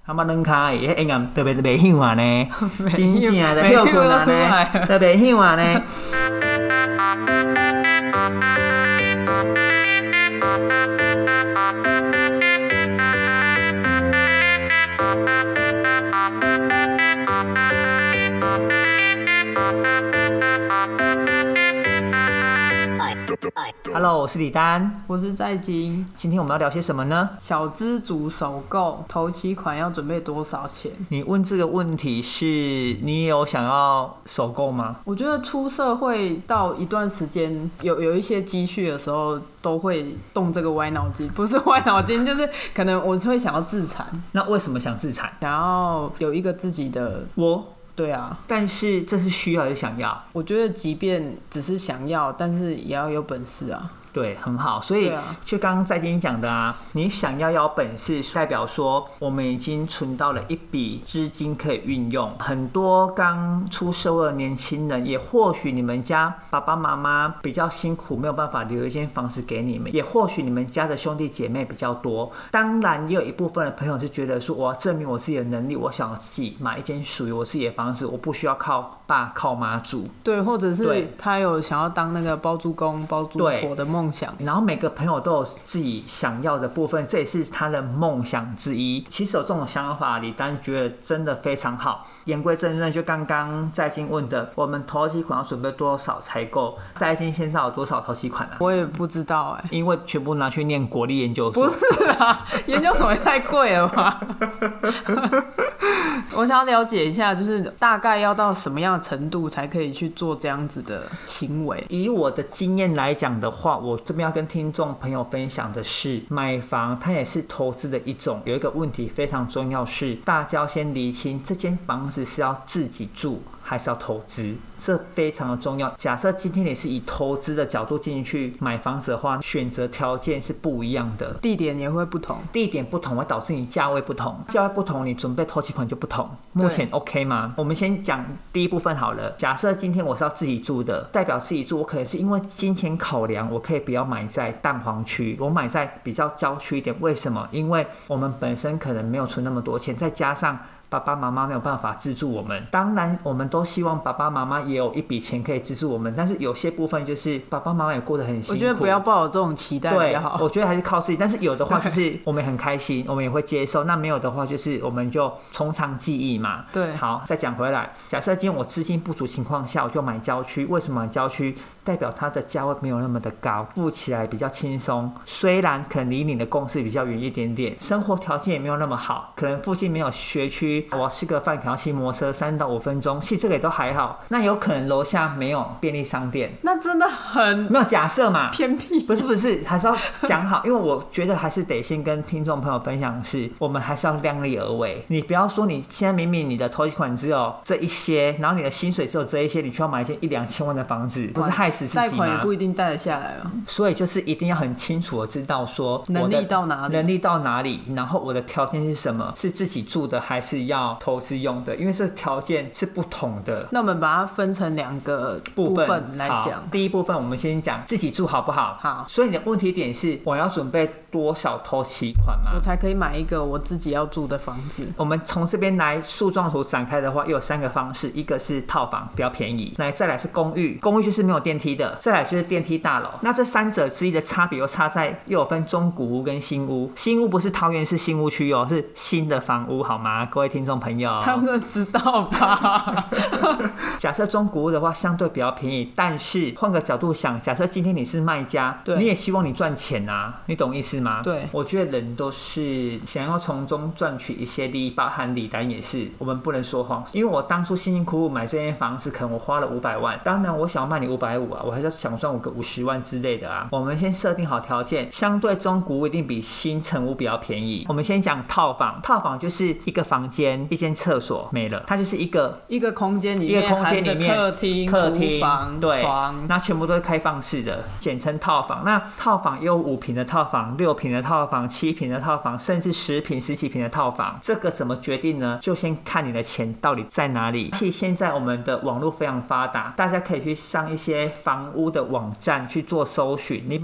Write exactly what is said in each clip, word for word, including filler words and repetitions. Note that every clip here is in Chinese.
他妈软卡的，迄音特别特别响啊呢，真正的休困啊呢，特别响啊呢。Hello， 我是李丹， 我是在金。 今天我们要聊些什么呢？ 小资族首购头期款要准备多少钱？ 你问这个问题是你有想要首购吗？ 我觉得出社会到一段时间，有有一些积蓄的时候，都会动这个歪脑筋，不是歪脑筋，就是可能我会想要自产。 那为什么想自产？ 想要有一个自己的我。 对啊， 但是这是需要还是想要？ 我觉得即便只是想要，但是也要有本事啊。 对，很好。所以就刚刚在今天讲的啊，你想要有本事，代表说我们已经存到了一笔资金可以运用。很多刚出社会的年轻人，也或许你们家爸爸妈妈比较辛苦，没有办法留一间房子给你们，也或许你们家的兄弟姐妹比较多。当然，也有一部分的朋友是觉得说，我要证明我自己的能力，我想要自己买一间属于我自己的房子，我不需要靠爸靠妈住。 对，或者是他有想要当那个包租公包租婆的梦想。 然后每个朋友都有自己想要的部分，这也是他的梦想之一。其实有这种想法，李丹觉得真的非常好。言归正传，就刚刚在金问的，我们头期款要准备多少才够？在金现在有多少头期款啊？ 我也不知道哎、欸， 因为全部拿去念国立研究所。 不是啊，研究所也太贵了吧？我想要了解一下，就是大概要到什么样的程度才可以去做这样子的行为？ 以我的经验来讲的话，我这边要跟听众朋友分享的是，买房它也是投资的一种。有一个问题非常重要，是大家要先厘清这间房子是要自己住还是要投资，这非常的重要。假设今天你是以投资的角度进去买房子的话，选择条件是不一样的， 地点也会不同， 地点不同会导致你价位不同，价位不同你准备头期款就不同。目前 OK 吗？我们先讲第一部分好了。假设今天我是要自己住的，代表自己住，我可能是因为金钱考量，我可以不要买在蛋黄区，我买在比较郊区一点。为什么？因为我们本身可能没有存那么多钱，再加上爸爸妈妈没有办法资助我们。当然我们都希望爸爸妈妈也有一笔钱可以资助我们，但是有些部分就是爸爸妈妈也过得很辛苦。 我觉得不要抱有这种期待比较好。 对，我觉得还是靠自己。但是有的话就是我们也很开心，我们也会接受。那没有的话就是我们就从长计议嘛。 对， 好，再讲回来，假设今天我资金不足情况下，我就买郊区。为什么买郊区？代表它的价位没有那么的高，付起来比较轻松。虽然可能离你的公司比较远一点点，生活条件也没有那么好，可能附近没有学区，我吃个饭可能要骑摩托车三到五分钟，其实这个也都还好。那有可能楼下没有便利商店， 那真的很没有假设嘛， 偏僻。 不是不是，还是要讲好，因为我觉得还是得先跟听众朋友分享的是，我们还是要量力而为。你不要说你现在明明你的头期款只有这一些，然后你的薪水只有这一些，你需要买一间一两千万的房子，不是害死自己吗？ 贷款也不一定贷得下来了。 所以就是一定要很清楚的知道说能力到哪里， 能力到哪里，然后我的条件是什么，是自己住的还是要投资用的，因为这条件是不同的。 那我们把它分成两个部分来讲。 第一部分我们先讲自己住好不好？ 好。 所以你的问题点是我要准备多少头期款吗？ 我才可以买一个我自己要住的房子。 我们从这边来树状图展开的话，又有三个方式，一个是套房比较便宜，来再来是公寓，公寓就是没有电梯的，再来就是电梯大楼。那这三者之一的差别又差在又有分中古屋跟新屋。新屋不是桃园市新屋区哦，是新的房屋好吗？各位听众朋友， 他们知道吧？ 假设中古屋的话相对比较便宜，但是换个角度想，假设今天你是卖家，你也希望你赚钱啊，你懂意思吗？ 对， 我觉得人都是想要从中赚取一些利益，包含李丹也是，我们不能说谎。因为我当初辛辛苦苦买这间房子，可能我花了五百万，当然我想要卖你五百五啊，我还是想赚我个五十万之类的啊。我们先设定好条件，相对中古屋一定比新成屋比较便宜。我们先讲套房，套房就是一个房间、一间厕所没了，它就是一个一个空间里面， 一个空间里面客厅、 客厅、 厨房、 对床， 那全部都是开放式的，简称套房。那套房也有五坪的套房、六坪的套房、七坪的套房，甚至十坪、十几坪的套房。这个怎么决定呢？就先看你的钱到底在哪里。其实现在我们的网络非常发达，大家可以去上一些房屋的网站去做搜寻，你把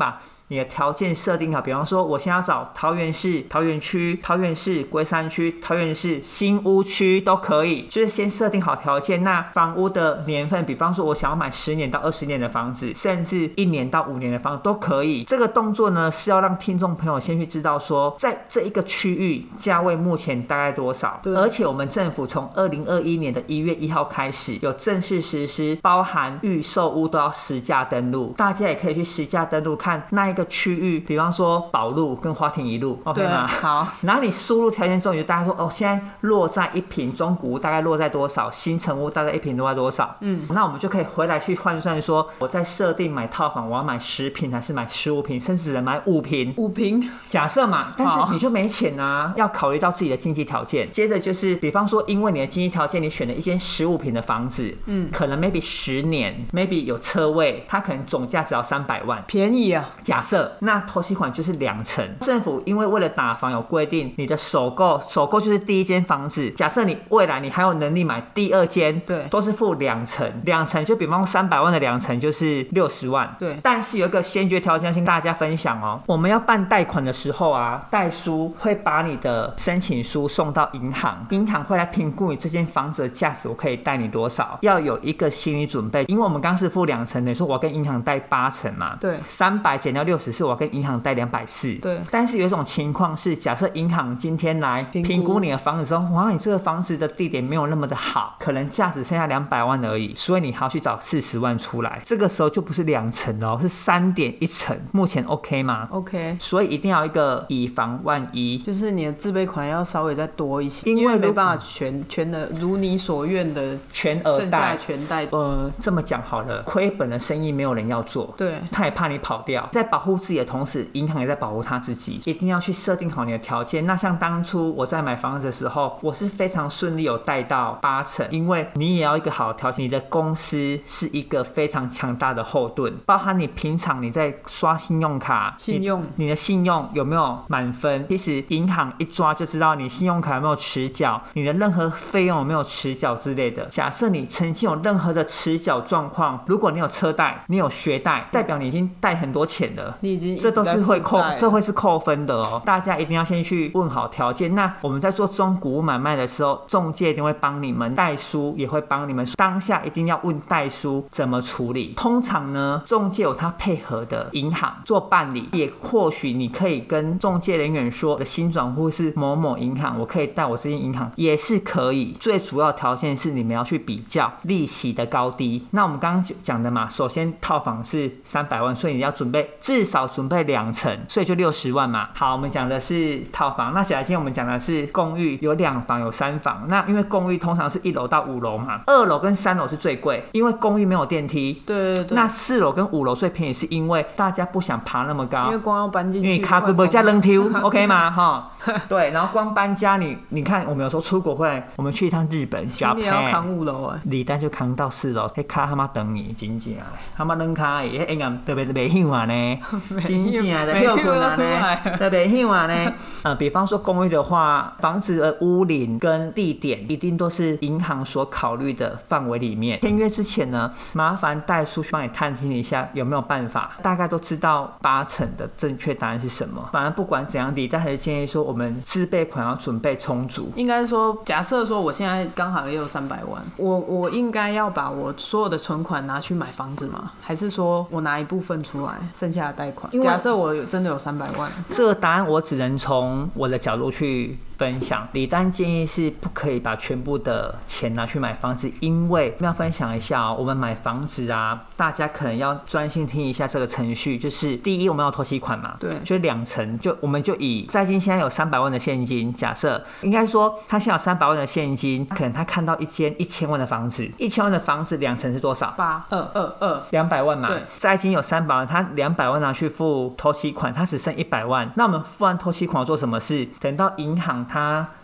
你的条件设定好，比方说我现在要找桃园市、桃园区、桃园市龟山区、桃园市新屋区都可以，就是先设定好条件。那房屋的年份，比方说我想要买十年到二十年的房子，甚至一年到五年的房子都可以。这个动作呢是要让听众朋友先去知道说，在这一个区域价位目前大概多少。而且我们政府从二零二一年的一月一号开始有正式实施，包含预售屋都要实价登录，大家也可以去实价登录看那一个区域，比方说宝路跟花田一路 OK 吗？ 好， 然后你输入条件之后，你就大概说哦，现在落在一坪中古屋大概落在多少，新成屋大概一坪落在多少，嗯，那我们就可以回来去换算说，我在设定买套房，我要买十坪还是买十五坪，甚至只能买五坪， 五坪， 假设嘛，但是你就没钱啊，要考虑到自己的经济条件。接着就是，比方说，因为你的经济条件，你选了一间十五坪的房子，嗯，可能 maybe 十年 ，maybe 有车位，它可能总价只要三百万， 便宜啊。 假设那头期款就是两成，政府因为为了打房有规定，你的首购首购就是第一间房子，假设你未来你还有能力买第二间，对，都是付两成，两成就比方说三百万的两成就是六十万，对。但是有一个先决条件要跟大家分享哦，我们要办贷款的时候啊，代书会把你的申请书送到银行，银行会来评估你这间房子的价值，我可以贷你多少，要有一个心理准备，因为我们刚是付两成，等于说我要跟银行贷八成嘛，对，三百减掉六十是我要跟银行贷两百四，对。但是有一种情况是，假设银行今天来评估你的房子之后，哇，你这个房子的地点没有那么的好，可能价值剩下两百万而已，所以你还要去找四十万出来，这个时候就不是两成哦，是三点一成，目前 OK 吗 ？OK， 所以一定要一个以防万一， 就是你的自备款要稍微再多一些，因为, 因为没办法全全的如你所愿的全额贷， 全贷。 呃，这么讲好了，亏本的生意没有人要做，对，他也怕你跑掉，在保护自己的同时，银行也在保护他自己，一定要去设定好你的条件。那像当初我在买房子的时候，我是非常顺利有贷到八成，因为你也要一个好的条件，你的公司是一个非常强大的后盾，包含你平常你在刷信用卡，信用 你, 你的信用有没有满分？其实银行一抓就知道你信用卡有没有迟缴，你的任何费用有没有迟缴之类的。假设你曾经有任何的迟缴状况，如果你有车贷，你有学贷，代表你已经贷很多钱了，你已经这都是会扣，这会是扣分的哦。大家一定要先去问好条件。那我们在做中古屋买卖的时候，中介一定会帮你们，代书也会帮你们，当下一定要问代书怎么处理。通常呢，中介有他配合的银行做办理，也或许你可以跟中介人员说，我的新转户是某某银行，我可以贷我这间银行也是可以。最主要条件是你们要去比较利息的高低。那我们刚刚讲的嘛，首先套房是三百万，所以你要准备至少准备两成，所以就六十万嘛。好，我们讲的是套房。那假如今天我们讲的是公寓，有两房有三房，那因为公寓通常是一楼到五楼嘛，二楼跟三楼是最贵，因为公寓没有电梯。对对对。那四楼跟五楼最便宜，是因为大家不想爬那么高，因为光要搬进去，因为卡贵不加扔梯 OK 吗？哈，对，然后光搬家你，你你看我们有时候出国会，我们去一趟日本， 你也要扛五楼哎， 李丹就扛到四楼，那卡他妈等你，真正他妈扔卡的，那应该特别特别响啊呢，真正的休困啊呢，特别响啊呢。呃，比方说公寓的话，房子的屋龄跟地点一定都是银行所考虑的范围里面。签约之前呢，麻烦代书去帮你探听一下有没有办法，大概都知道八成的正确答案是什么。反正不管怎样，李丹还是建议说，我们自备款要准备充足。应该说，假设说我现在刚好也有三百万，我我应该要把我所有的存款拿去买房子吗？还是说我拿一部分出来，剩下的贷款？假设我有真的有三百万，这个答案我只能从我的角度去分享。李丹建议是不可以把全部的钱拿去买房子，因为要分享一下哦，我们买房子啊，大家可能要专心听一下这个程序。就是第一，我们要头期款嘛，对，就两成，就我们就以债金现在有三百万的现金，假设应该说他现在有三百万的现金，可能他看到一间一千万的房子，一千万的房子两成是多少？八二二二，两百万嘛。对，债金有三百万，他两百万拿去付头期款，他只剩一百万。那我们付完头期款做什么事？等到银行他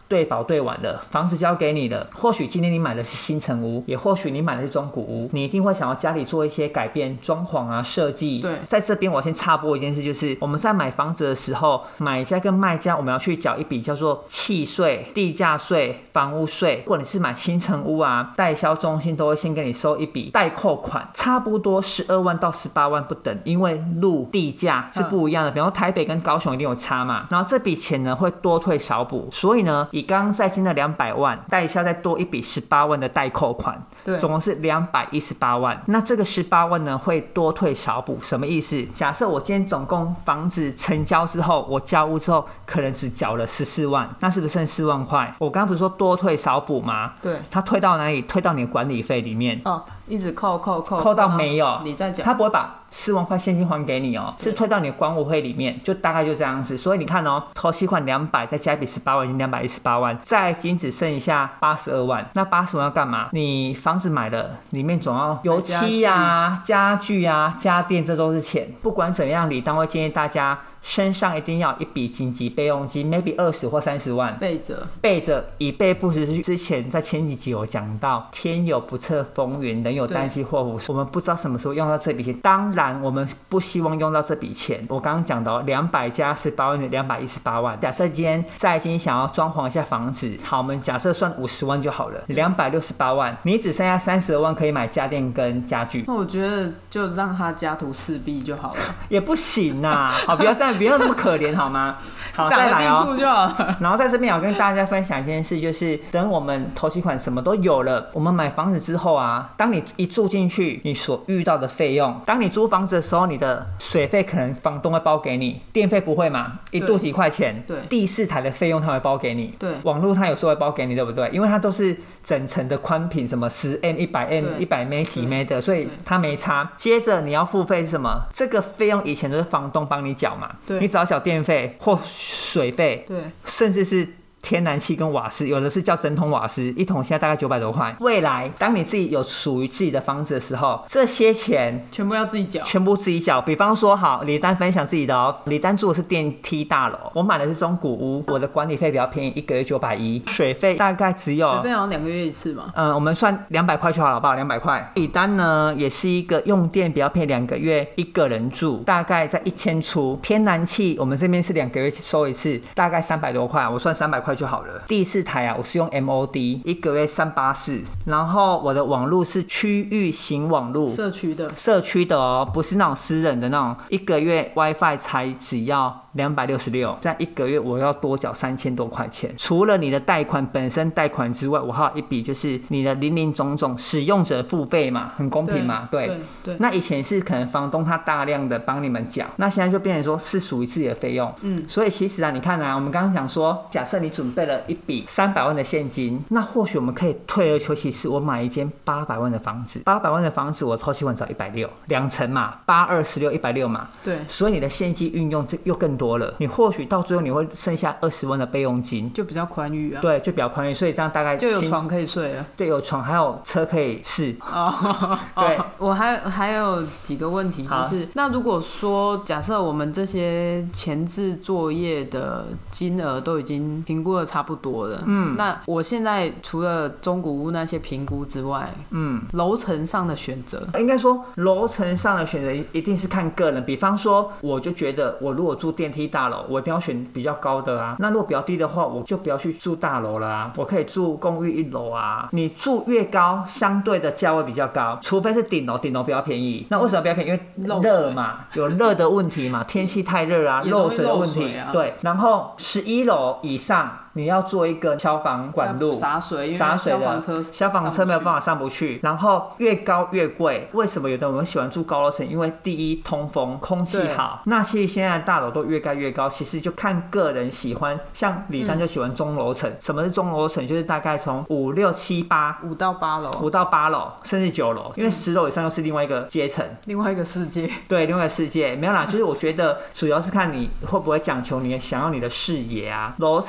对保对完了，房子交给你了，或许今天你买的是新成屋，也或许你买的是中古屋，你一定会想要家里做一些改变，装潢啊设计。 对， 在这边我先插播一件事，就是我们在买房子的时候，买家跟卖家我们要去缴一笔叫做契税、地价税、房屋税。如果你是买新成屋啊，代销中心都会先给你收一笔代扣款，差不多十二万到十八万不等，因为路地价是不一样的，比方说台北跟高雄一定有差嘛。然后这笔钱呢会多退少补，所以呢，以刚刚在金的两百万，代销再多一笔十八万的代扣款，对，总共是两百一十八万。那这个十八万呢会多退少补，什么意思？假设我今天总共房子成交之后，我交屋之后可能只缴了十四万，那是不是剩四万块？我刚刚不是说多退少补吗？ 对， 他退到哪里？退到你的管理费里面。 哦，一直扣扣扣扣到没有， 你再讲， 他不会把四万块现金还给你哦，是退到你的管委会里面，就大概就这样子。所以你看哦，头期款两百，再加一笔十八万，已经两百一十八万，再仅只剩下八十二万。那八十万要干嘛？你房子买了，里面总要油漆啊、家具啊、家电，这都是钱。不管怎样，理当会建议大家身上一定要有一笔紧急备用金 ，maybe 二十或三十万， 备着， 备着以备不时之前在前几集有讲到，天有不测风云，人有旦夕祸福，我们不知道什么时候用到这笔钱。当然，我们不希望用到这笔钱。我刚刚讲到两百加十八万，两百一十八万。假设今天在今天想要装潢一下房子，好，我们假设算五十万就好了，两百六十八万，你只剩下三十二万可以买家电跟家具。 那我觉得就让他家徒四壁就好了， 也不行啊，好，不要这样。不要那么可怜好吗？好，再来哦。然后在这边我跟大家分享一件事，就是等我们头期款什么都有了，我们买房子之后啊，当你一住进去，你所遇到的费用，当你租房子的时候，你的水费可能房东会包给你，电费不会嘛，一度几块钱，对，第四台的费用他会包给你，对，网络他有时候会包给你，对不对？因为它都是整层的宽频，什么十 M、一百 M、一百 M 几 M 的，所以它没差。接着你要付费是什么？这个费用以前都是房东帮你缴嘛，你只要缴电费或水费，对，甚至是天然气跟瓦斯，有的是叫整桶瓦斯，一桶现在大概九百多块。未来当你自己有属于自己的房子的时候，这些钱全部要自己缴， 全部自己缴。比方说，好，李丹分享自己的哦，李丹住的是电梯大楼，我买的是中古屋，我的管理费比较便宜，一个月九百一，水费大概只有水费好像两个月一次嘛， 嗯，我们算两百块就好了，好不好？两百块。李丹呢也是一个用电比较便宜，两个月一个人住，大概在一千出。天然气我们这边是两个月收一次，大概三百多块，我算三百块就好了。第四台啊，我是用 M O D， 一个月三百八十四，然后我的网路是区域型网路， 社区的， 社区的哦，不是那种私人的那种，一个月 WiFi 才只要两百六十六，这样一个月我要多缴三千多块钱。除了你的贷款本身贷款之外，我还有一笔就是你的零零总总使用者付费嘛，很公平嘛，对对, 对, 对。 那以前是可能房东他大量的帮你们缴，那现在就变成说是属于自己的费用。嗯，所以其实啊，你看啊，我们刚刚讲说，假设你准备了一笔三百万的现金，那或许我们可以退而求其次，我买一间八百万的房子，八百万的房子我头期款只要一百六，两成嘛，八二十六一百六嘛，对，所以你的现金运用又更多了，你或许到最后你会剩下二十万的备用金， 就比较宽裕啊， 对，就比较宽裕，所以这样大概就有床可以睡了， 对，有床还有车可以试。 哦，对，我还还有几个问题，就是那如果说假设我们这些前置作业的金额都已经评估的差不多了，嗯，那我现在除了中古屋那些评估之外，嗯，楼层上的选择， 应该说楼层上的选择一定是看个人。比方说，我就觉得我如果住电梯大楼，我一定要选比较高的啊。那如果比较低的话，我就不要去住大楼了啊，我可以住公寓一楼啊。你住越高，相对的价位比较高，除非是顶楼，顶楼比较便宜。那为什么比较便宜？因为热嘛，有热的问题嘛，天气太热啊，漏水的问题。啊、对，然后十一楼以上。你要做一个消防管路洒水，因为洒水的消防车消防车没有办法上不去，然后越高越贵。为什么有的人喜欢住高楼层？因为第一通风，空气好。那其实现在大楼都越盖越高，其实就看个人喜欢。像李丹就喜欢中楼层、嗯。什么是中楼层？就是大概从五六七八， 五到八楼， 五到八楼，甚至九楼。因为十楼以上又是另外一个阶层， 另外一个世界。 对，另外一个世界没有啦。就是我觉得主要是看你会不会讲求你想要你的视野啊。楼层越高，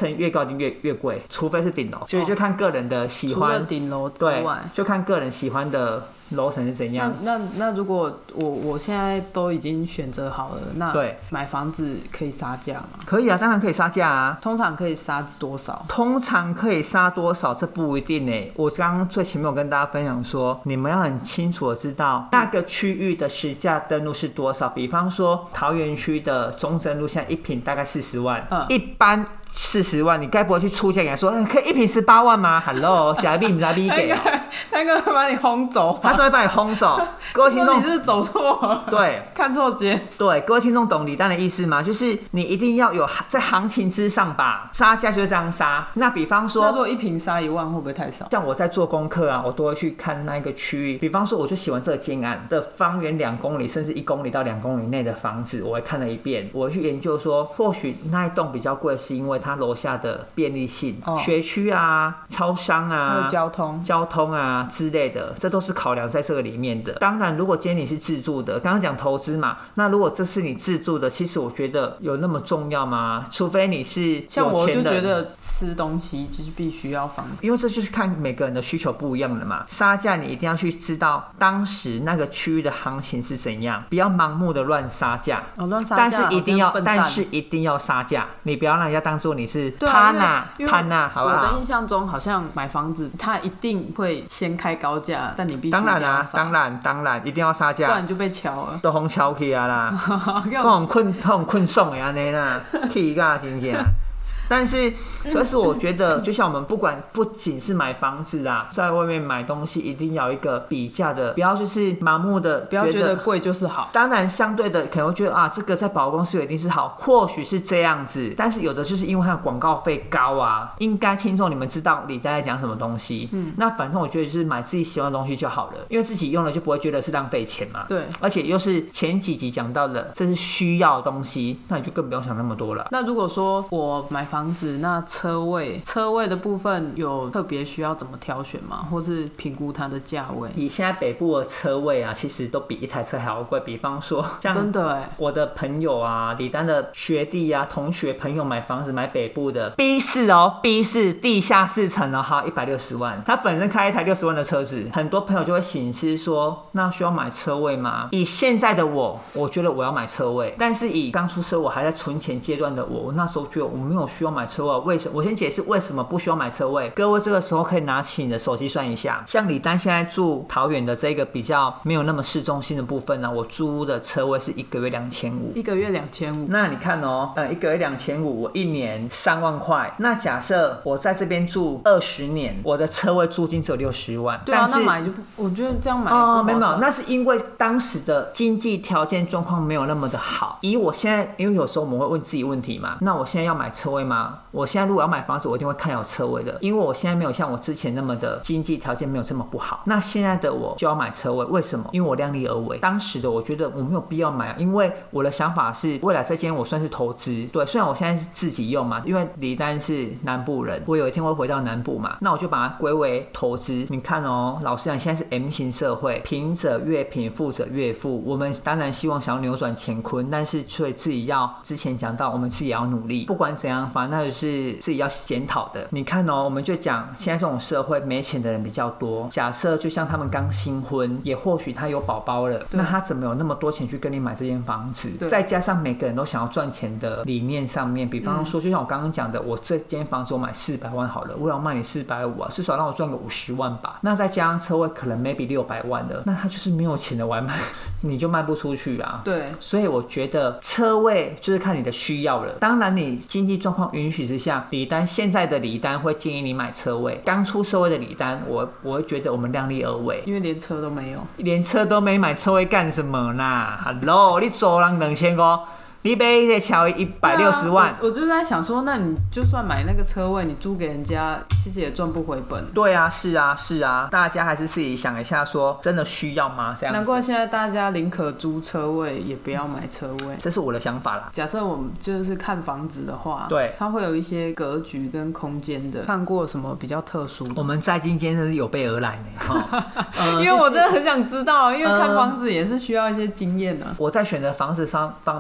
定越越贵，除非是顶楼，所以就看个人的喜欢。 除了顶楼之外， 就看个人喜欢的楼层是怎样。 那那那如果我我现在都已经选择好了，那对买房子可以杀价吗？ 可以啊，当然可以杀价啊。 通常可以杀多少？ 通常可以杀多少？这不一定诶。我刚刚最前面有跟大家分享说，你们要很清楚的知道那个区域的实价登录是多少。比方说桃园区的中正路现在一坪大概四十万，嗯、一般。四十万，你该不会去出价给他说，可以一坪十八万吗 ？Hello， 假币你在逼给啊？ 他可会把你轰走， 他只会把你轰走。各位听众， 你是走错了， 对， 看错街。 对，各位听众懂李诞的意思吗？就是你一定要有在行情之上吧，杀价就是这样杀。那比方说， 那如果一坪杀一万，会不会太少？ 像我在做功课啊，我都会去看那一个区域。比方说，我就喜欢这个建案的方圆两公里，甚至一公里到两公里内的房子，我会看了一遍。我会去研究说，或许那一栋比较贵，是因为它楼下的便利性、哦、学区啊、超商啊、 还有交通、 交通啊之类的，这都是考量在这个里面的。当然，如果今天你是自住的，刚刚讲投资嘛，那如果这是你自住的，其实我觉得有那么重要吗？除非你是有钱人。 像我就觉得吃东西就是必须要房子， 因为这就是看每个人的需求不一样的嘛。杀价你一定要去知道当时那个区域的行情是怎样，不要盲目的乱杀价。 哦，乱杀价， 但是一定要，但是一定要杀价，你不要让人家当做你是。潘呐潘呐，好不好？ 我的印象中好像买房子，他一定会先开高价，但你必须当然啊，当然当然一定要杀价， 不然你就被敲了， 都红敲起啊啦，那种困那种困送的安尼啦，气噶真正。但是，但是我觉得，就像我们不管不仅是买房子啦，在外面买东西，一定要有一个比价的，不要就是盲目的， 不要觉得贵就是好。 当然，相对的可能会觉得啊，这个在百货公司一定是好，或许是这样子。但是有的就是因为它的广告费高啊，应该听众你们知道李诞在讲什么东西。嗯，那反正我觉得就是买自己喜欢的东西就好了，因为自己用了就不会觉得是浪费钱嘛。 对， 而且又是前几集讲到的，这是需要的东西，那你就更不用想那么多了。 那如果说我买房房子，那车位车位的部分有特别需要怎么挑选吗？或是评估它的价位？ 以现在北部的车位啊，其实都比一台车还要贵。比方说，像真的哎， 我的朋友啊，李丹的学弟啊、同学朋友买房子买北部的 B 四哦 ，B 四地下四层哦，哈，一百六十万。他本身开一台六十万的车子，很多朋友就会省思说，那需要买车位吗？以现在的我，我觉得我要买车位，但是以刚出社我还在存钱阶段的我，我那时候觉得我没有需要买车位。为什么？我先解释为什么不需要买车位。各位这个时候可以拿起你的手机算一下，像李丹现在住桃园的这个比较没有那么市中心的部分呢，我租的车位是一个月两千五， 一个月两千五。 那你看哦，呃，一个月两千五，我一年三万块。那假设我在这边住二十年，我的车位租金只有六十万。 对啊， 但是那买就不，我觉得这样买哦，没有，那是因为当时的经济条件状况没有那么的好。以我现在，因为有时候我们会问自己问题嘛，那我现在要买车位吗？我现在如果要买房子，我一定会看有车位的，因为我现在没有像我之前那么的经济条件没有这么不好。那现在的我就要买车位，为什么？因为我量力而为。当时的我觉得我没有必要买，因为我的想法是未来这间我算是投资。对，虽然我现在是自己用嘛，因为李丹是南部人，我有一天会回到南部嘛，那我就把它归为投资。你看哦，老实讲，现在是 M 型社会，贫者越贫，富者越富。我们当然希望想要扭转乾坤，但是所以自己要之前讲到，我们自己也要努力。不管怎样，反正那就是自己要检讨的。你看哦，我们就讲现在这种社会，没钱的人比较多。假设就像他们刚新婚，也或许他有宝宝了，那他怎么有那么多钱去跟你买这间房子？再加上每个人都想要赚钱的理念上面，比方说，就像我刚刚讲的，我这间房子我买四百万好了，我要卖你四百五啊，至少让我赚个五十万吧。那再加上车位可能 maybe 六百万的，那他就是没有钱的，我还卖，你就卖不出去啊。 对， 所以我觉得车位就是看你的需要了。当然，你经济状况允许之下，李丹现在的李丹会建议你买车位。刚出社会的李丹，我我会觉得我们量力而为， 因为连车都没有， 连车都没买，车位干什么啦 ？Hello， 你租人两千块。你买一个车位一百六十万、啊我，我就在想说，那你就算买那个车位，你租给人家，其实也赚不回本。 对啊，是啊，是啊，大家还是自己想一下说，真的需要吗？这样子。 难怪现在大家宁可租车位，也不要买车位。 这是我的想法啦。 假设我们就是看房子的话， 对， 它会有一些格局跟空间的。看过什么比较特殊的？ 我们在今天真是有备而来呢， 呃、因为我真的很想知道，因为看房子也是需要一些经验的、啊呃。我在选择房子方方面，其实。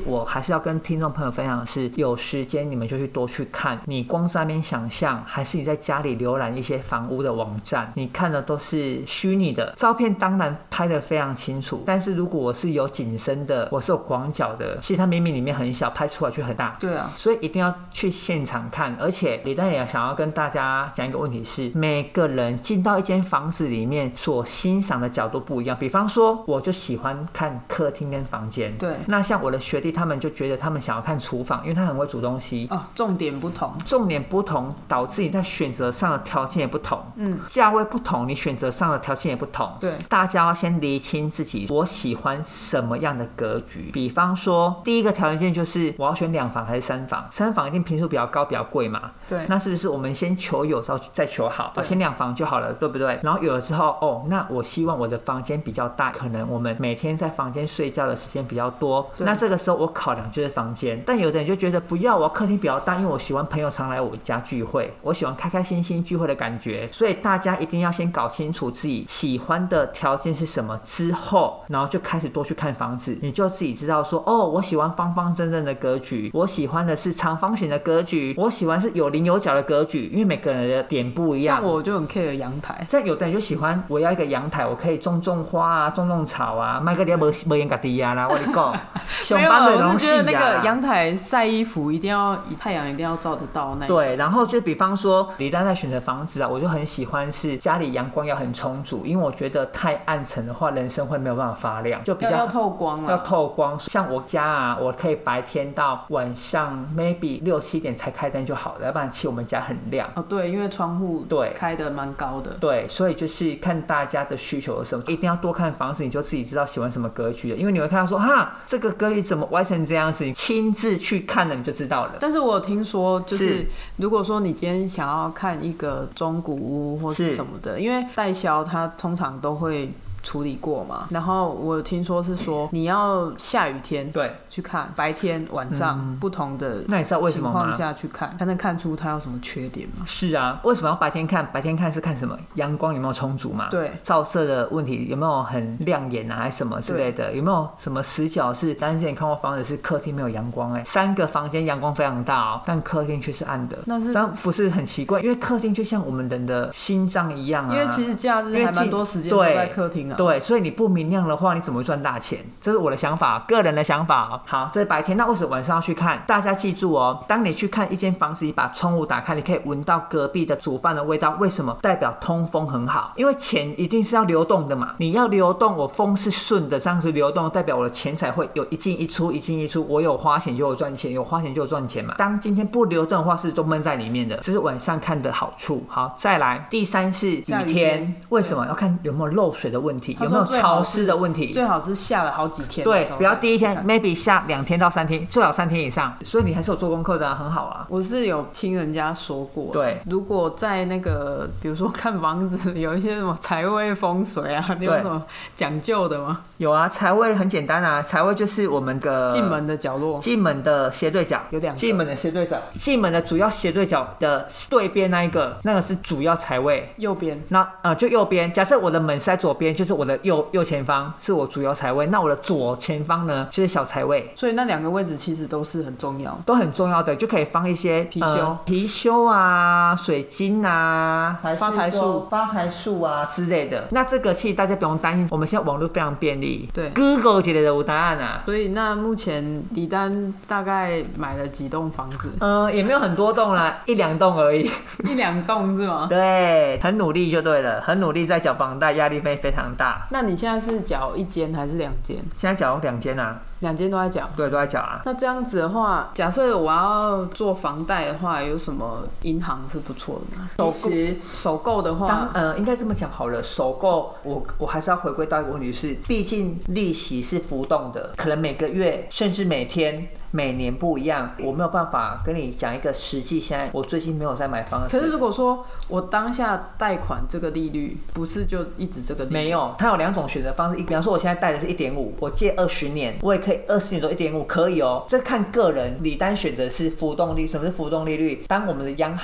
我还是要跟听众朋友分享的是，有时间你们就去多去看，你光在那边想象，还是你在家里浏览一些房屋的网站，你看的都是虚拟的照片，当然拍得非常清楚，但是如果我是有景深的，我是有广角的，其实它明明里面很小，拍出来却很大。 对啊， 所以一定要去现场看。而且李丹也想要跟大家讲一个问题是，每个人进到一间房子里面所欣赏的角度不一样。比方说，我就喜欢看客厅跟房间， 对。 那像我的学弟他们就觉得他们想要看厨房，因为他很会煮东西。 哦，重点不同， 重点不同，导致你在选择上的条件也不同。嗯，价位不同，你选择上的条件也不同。 对， 大家要先厘清自己我喜欢什么样的格局。比方说，第一个条件就是我要选两房还是三房？三房一定坪数比较高，比较贵嘛。 对， 那是不是我们先求有，再求好？先两房就好了，对不对？然后有了之后，哦，那我希望我的房间比较大，可能我们每天在房间睡觉的时间比较多。那这个时候我考量就是房间。但有的人就觉得不要，我要客厅比较大，因为我喜欢朋友常来我家聚会，我喜欢开开心心聚会的感觉。所以大家一定要先搞清楚自己喜欢的条件是什么之后，然后就开始多去看房子，你就自己知道说，哦，我喜欢方方正正的格局，我喜欢的是长方形的格局，我喜欢是有棱有角的格局，因为每个人的点不一样。 像我就很 care 阳台， 这有的人就喜欢我要一个阳台，我可以种种花啊，种种草啊，卖个点无无烟家地啊啦，我跟你讲，上班的东西啊。 我就觉得那个阳台晒衣服一定要太阳一定要照得到那一种。 对，然后就比方说李丹在选择房子啊，我就很喜欢是家里阳光要很充足，因为我觉得太暗沉的话，人生会没有办法发亮，就比较要透光啊， 要透光。像我家啊，我可以白天到晚上 maybe 六七点才开灯就好了，要不然其实我们家很亮。 哦，对，因为窗户对开得蛮高的。 对，所以就是看大家的需求是什么，一定要多看房子，你就自己知道喜欢什么格局的。因为你会看到说，哈，这个格局怎么歪成这样子，你亲自去看了你就知道了。 但是我有听说，就是如果说你今天想要看一个中古屋或是什么的，因为代销它通常都会处理过嘛，然后我有听说是说你要下雨天对去看，白天晚上不同的情况下去看，才能看出它有什么缺点吗？ 是啊，为什么要白天看？白天看是看什么？阳光有没有充足嘛？ 对， 照射的问题有没有很亮眼啊，还是什么之类的？有没有什么死角是？但是之前看过房子是客厅没有阳光、欸，哎，三个房间阳光非常大哦，但客厅却是暗的， 那是这样不是很奇怪？因为客厅就像我们人的心脏一样啊， 因为其实假日还蛮多时间都在客厅啊。 对，所以你不明亮的话，你怎么会赚大钱？这是我的想法，个人的想法。好，这是白天，那为什么晚上要去看？大家记住哦，当你去看一间房子，你把窗户打开，你可以闻到隔壁的煮饭的味道。为什么？代表通风很好，因为钱一定是要流动的嘛。你要流动，我风是顺的，这样子流动，代表我的钱才会有一进一出，一进一出。我有花钱就有赚钱，有花钱就有赚钱嘛。当今天不流动的话，是都闷在里面的。这是晚上看的好处。好，再来，第三是雨天，雨天为什么要看有没有漏水的问题，有没有潮湿的问题？ 最好是下了好几天， 对，不要第一天 maybe 下两天到三天，最好三天以上。所以你还是有做功课的、啊，很好啊。 我是有听人家说过， 对， 如果在那个比如说看房子有一些什么财位风水啊，你有什么讲究的吗？ 有啊，财位很简单啊，财位就是我们的进门的角落， 进门的斜对角， 有两个进门的斜对角，进门的主要斜对角的对边那一个，那个是主要财位， 右边。 那呃就右边，假设我的门是在左边，就是我的右右前方是我主要财位，那我的左前方呢就是小财位。 所以那两个位置其实都是很重要， 都很重要的，就可以放一些貔貅、呃、 貔貅啊、水晶啊、 发财树、 发财树啊之类的。那这个其实大家不用担心，我们现在网络非常便利， 对 ，Google 之类的有答案啊。 所以那目前李丹大概买了几栋房子？ 呃，也没有很多栋啦，一两栋而已。 一两栋是吗？ 对，很努力就对了，很努力在缴房贷，压力费非常大。 那你现在是缴一间还是两间？ 现在缴两间啊。 两间都在缴， 对，都在缴啊。 那这样子的话，假设我要做房贷的话，有什么银行是不错的吗？ 其实首购的话， 当呃应该这么讲好了，首购我我还是要回归到一个问题是，毕竟利息是浮动的，可能每个月甚至每天。每年不一样，我没有办法跟你讲一个实际。现在我最近没有在买房的事。 可是如果说我当下贷款这个利率不是就一直这个利率？ 没有，它有两种选择方式。比方说我现在贷的是一点五，我借二十年，我也可以二十年都一点五，可以哦。这看个人。李丹选的是浮动利，什么是浮动利率？当我们的央行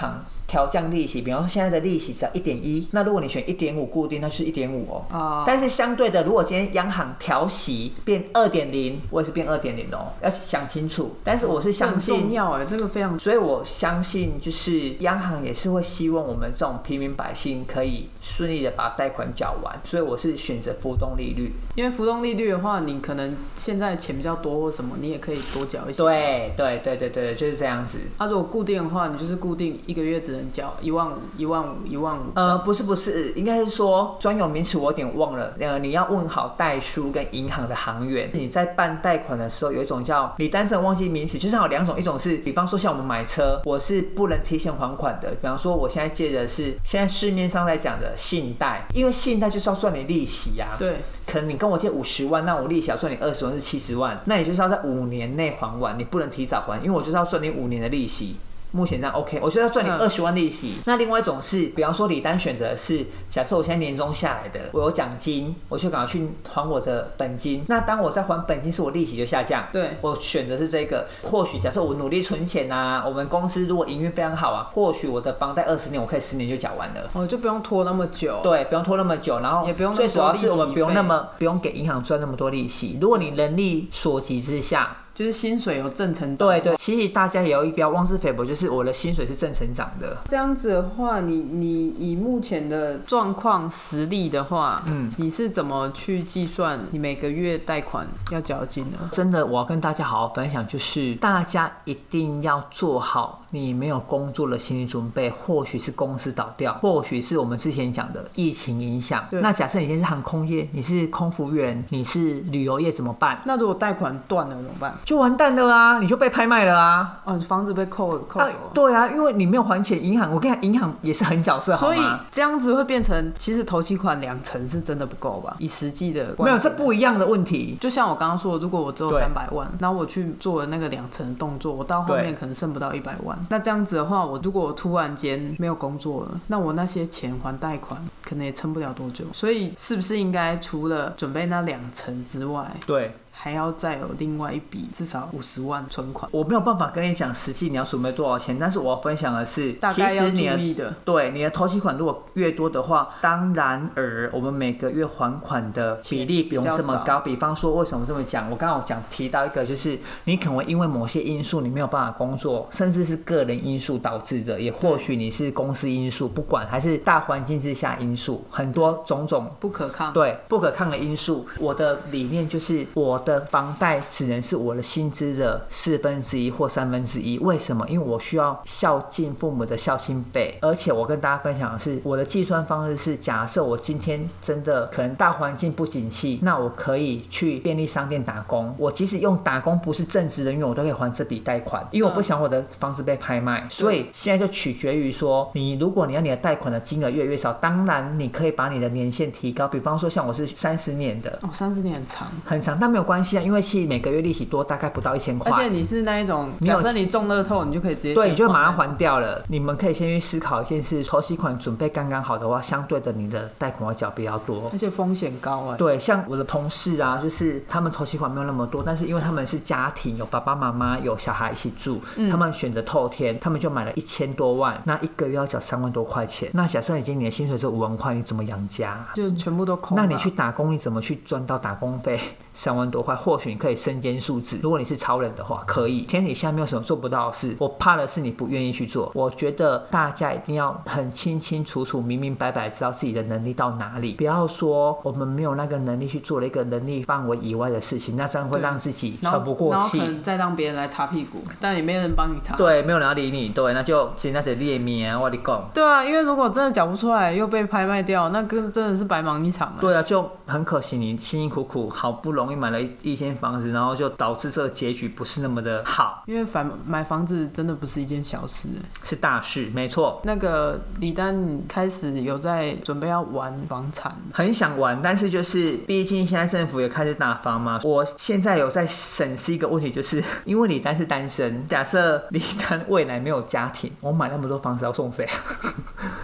调降利息，比方说现在的利息只要一点一，那如果你选一点五固定，那就是一点五哦。哦。但是相对的，如果今天央行调息变二点零，我也是变二点零哦，要想清楚。但是我是相信， 很重要哎，这个非常。 所以我相信，就是央行也是会希望我们这种平民百姓可以顺利的把贷款缴完，所以我是选择浮动利率。 因为浮动利率的话，你可能现在钱比较多或什么，你也可以多缴一些。 对对对对对，就是这样子。 啊，如果固定的话，你就是固定一个月只能缴一万五、一万五、一万五。 呃，不是不是，应该是说专有名词我有点忘了。呃，你要问好代书跟银行的行员。你在办贷款的时候，有一种叫你单纯忘记名词，就是有两种，一种是比方说像我们买车，我是不能提前还款的。比方说我现在借的是现在市面上在讲的信贷，因为信贷就是要算你利息啊。 对。 可能你跟我借五十万，那我利息要赚你二十万是七十万，那你就是要在五年内还完，你不能提早还，因为我就是要赚你五年的利息。目前这样 OK， 我就要赚你二十万利息。嗯、那另外一种是，比方说李丹选择的是，假设我现在年终下来的，我有奖金，我就赶快去还我的本金。那当我在还本金时，我利息就下降。 对， 我选的是这个。或许假设我努力存钱啊，我们公司如果营运非常好啊，或许我的房贷二十年，我可以十年就缴完了。 哦，就不用拖那么久。 对，不用拖那么久，然后也不用最主要是我们不用那么不用给银行赚那么多利息。如果你能力所及之下。 就是薪水有正成长。 对对，其实大家也有一标，妄自菲薄，就是我的薪水是正成长的。 这样子的话，你你以目前的状况实力的话，嗯，你是怎么去计算你每个月贷款要缴金呢？ 真的，我要跟大家好好分享，就是大家一定要做好你没有工作的心理准备，或许是公司倒掉，或许是我们之前讲的疫情影响。那假设你现在是航空业，你是空服员，你是旅游业怎么办？ 那如果贷款断了怎么办？ 就完蛋了啊！你就被拍卖了啊！ 哦，房子被扣扣走了、啊。 对啊，因为你没有还钱，银行我跟你讲，银行也是很角色，好吗？ 所以这样子会变成，其实头期款两成是真的不够吧？以实际的没有，这不一样的问题。 就像我刚刚说的，如果我只有三百万，然后我去做了那个两成的动作，我到后面可能剩不到一百万。那这样子的话，我如果我突然间没有工作了，那我那些钱还贷款可能也撑不了多久。所以是不是应该除了准备那两成之外， 对？ 还要再有另外一笔至少五十万存款。 我没有办法跟你讲实际你要准备多少钱，但是我要分享的是， 大概要注意的。 对，你的头期款如果越多的话，当然而我们每个月还款的比例不用这么高。比方说，为什么这么讲？我刚刚有讲提到一个，就是你可能会因为某些因素你没有办法工作，甚至是个人因素导致的，也或许你是公司因素，不管还是大环境之下因素，很多种种不可抗。 对，不可抗的因素。我的理念就是我的房贷只能是我的薪资的四分之一或三分之一。为什么？因为我需要孝敬父母的孝心费。而且我跟大家分享的是，我的计算方式是：假设我今天真的可能大环境不景气，那我可以去便利商店打工。我即使用打工不是正职人员，我都可以还这笔贷款，因为我不想我的房子被拍卖。所以现在就取决于说，你如果你要你的贷款的金额越来越少，当然你可以把你的年限提高。比方说像我是三十年的， 哦，三十年很长， 很长，但没有关系啊，因为其实每个月利息多，大概不到一千块。 而且你是那一种，假设你中乐透，你就可以直接对，你就马上还掉了。你们可以先去思考一件事：头期款准备刚刚好的话，相对的你的贷款要缴比较多， 而且风险高哎、欸。 对，像我的同事啊，就是他们头期款没有那么多，但是因为他们是家庭，有爸爸妈妈，有小孩一起住，嗯、他们选择透天，他们就买了一千多万，那一个月要缴三万多块钱。那假设已经你的薪水是五万块，你怎么养家？ 就全部都空了。 那你去打工，你怎么去赚到打工费？三万多块，或许你可以身兼数职。如果你是超人的话，可以。天底下没有什么做不到的事，我怕的是你不愿意去做。我觉得大家一定要很清清楚楚、明明白白知道自己的能力到哪里，不要说我们没有那个能力去做了一个能力范围以外的事情，那这样会让自己喘不过气， 然后可能再让别人来擦屁股，但也没人帮你擦。 对，没有人要理你，对，那就现在得列名啊，我跟你讲。 对啊，因为如果真的缴不出来又被拍卖掉，那真的是白忙一场了。 对啊，就很可惜，你辛辛苦苦好不容易买了一间房子，然后就导致这个结局不是那么的好。 因为买房子真的不是一件小事， 是大事，没错。 那个李丹开始有在准备要玩房产， 很想玩，但是就是毕竟现在政府也开始打房嘛。我现在有在审视一个问题，就是因为李丹是单身，假设李丹未来没有家庭，我买那么多房子要送谁？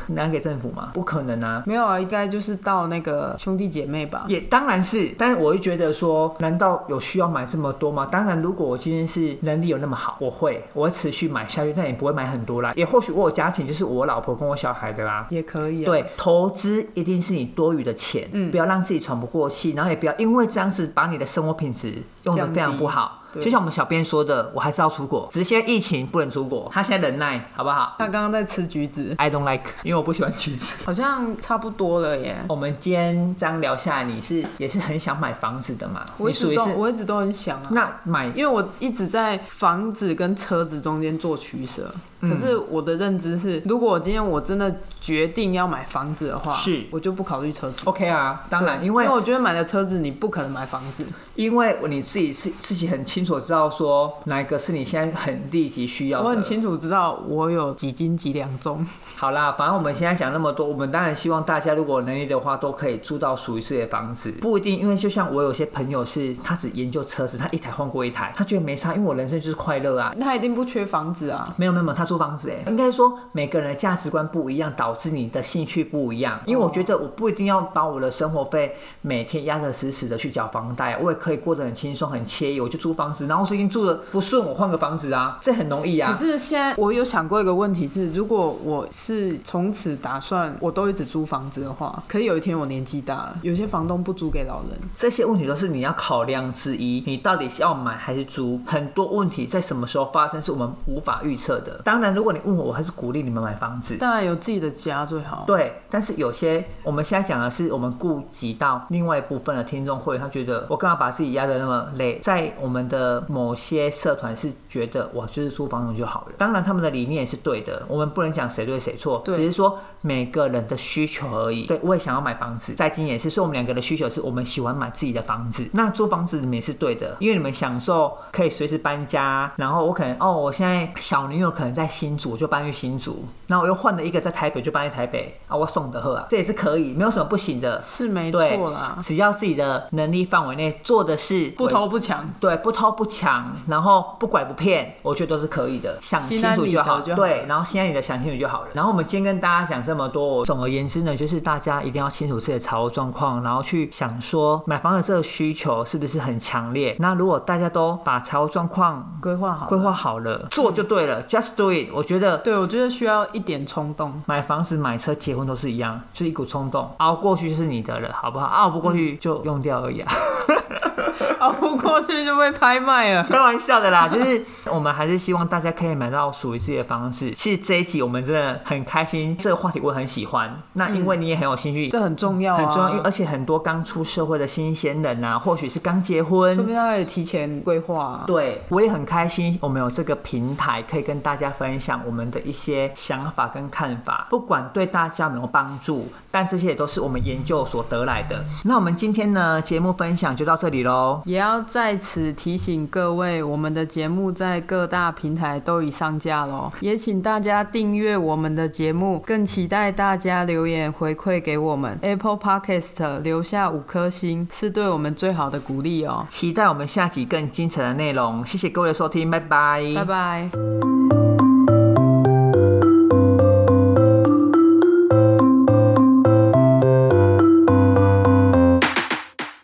拿给政府吗？不可能啊。 没有啊，应该就是到那个兄弟姐妹吧。 也当然是，但是我会觉得说，难道有需要买这么多吗？当然，如果我今天是能力有那么好，我会我会持续买下去，但也不会买很多啦。也或许我有家庭，就是我老婆跟我小孩的啦， 也可以啊。 对，投资一定是你多余的钱，嗯，不要让自己喘不过气，然后也不要因为这样子把你的生活品质用得非常不好。就像我们小编说的，我还是要出国，只是现在疫情不能出国，他现在忍耐，好不好？ 他刚刚在吃橘子 ，I don't like， 因为我不喜欢橘子。 好像差不多了耶。 我们今天这样聊下来，你是也是很想买房子的嘛？ 我一直都我一直都很想啊。 那买， 因为我一直在房子跟车子中间做取舍。可是我的认知是，如果今天我真的决定要买房子的话，是我就不考虑车子。 OK 啊，当然，因为因为我觉得买了车子，你不可能买房子， 因为你自己是自己很清楚知道说哪一个是你现在很立即需要的。 我很清楚知道我有几斤几两重。 好啦，反正我们现在讲那么多，我们当然希望大家如果有能力的话，都可以住到属于自己的房子。不一定，因为就像我有些朋友是，他只研究车子，他一台换过一台，他觉得没差，因为我人生就是快乐啊。 他一定不缺房子啊。 没有没有，他租房子哎、欸，应该说每个人的价值观不一样，导致你的兴趣不一样。因为我觉得我不一定要把我的生活费每天压得死死的去缴房贷，我也可以过得很轻松很惬意，我就租房子，然后最近住的不顺，我换个房子啊，这很容易啊。 可是现在我有想过一个问题是，如果我是从此打算我都一直租房子的话，可是有一天我年纪大了，有些房东不租给老人， 这些问题都是你要考量之一。你到底是要买还是租？很多问题在什么时候发生是我们无法预测的。当然，如果你问我，我还是鼓励你们买房子。 当然有自己的家最好。 对，但是有些我们现在讲的是我们顾及到另外一部分的听众会，他觉得我干嘛把自己压得那么累？在我们的某些社团是觉得我就是租房子就好了。当然，他们的理念也是对的，我们不能讲谁对谁错，只是说每个人的需求而已。对，我也想要买房子，在今也是，所以我们两个的需求是我们喜欢买自己的房子。那租房子你们也是对的，因为你们享受可以随时搬家，然后我可能哦，我现在小女友可能在新竹，我就搬去新竹，然后我又换了一个在台北，就搬去台北啊，我送的喝啊，这也是可以，没有什么不行的， 是没错啦。 只要自己的能力范围内做的是不偷不抢， 对，不偷不抢，然后不拐不骗，我觉得都是可以的。想清楚就好， 就好对，然后心安理得想清楚就好了。然后我们今天跟大家讲这么多，总而言之呢，就是大家一定要清楚自己的财务状况，然后去想说买房的这个需求是不是很强烈。那如果大家都把财务状况规划好， 规划好了，做就对了、嗯、，just do it。我觉得， 对，我觉得需要一点冲动。 买房子、买车、结婚都是一样，就一股冲动，熬过去就是你的了，好不好？熬不过去就用掉而已啊。 熬不过去就被拍卖了， 开玩笑的啦。就是我们还是希望大家可以买到属于自己的房子。其实这一集我们真的很开心，这个话题我很喜欢。那因为你也很有兴趣， 嗯、这很重要、啊， 很重要。而且很多刚出社会的新鲜人啊，或许是刚结婚， 说不定他也提前规划、啊。 对，我也很开心，我们有这个平台可以跟大家分享我们的一些想法跟看法，不管对大家有没有帮助，但这些也都是我们研究所得来的。那我们今天呢，节目分享就到这里咯。 也要在此提醒各位，我们的节目在各大平台都已上架咯，也请大家订阅我们的节目，更期待大家留言回馈给我们。 Apple Podcast 留下五颗星是对我们最好的鼓励哦。 期待我们下集更精彩的内容，谢谢各位的收听，拜拜， 拜拜。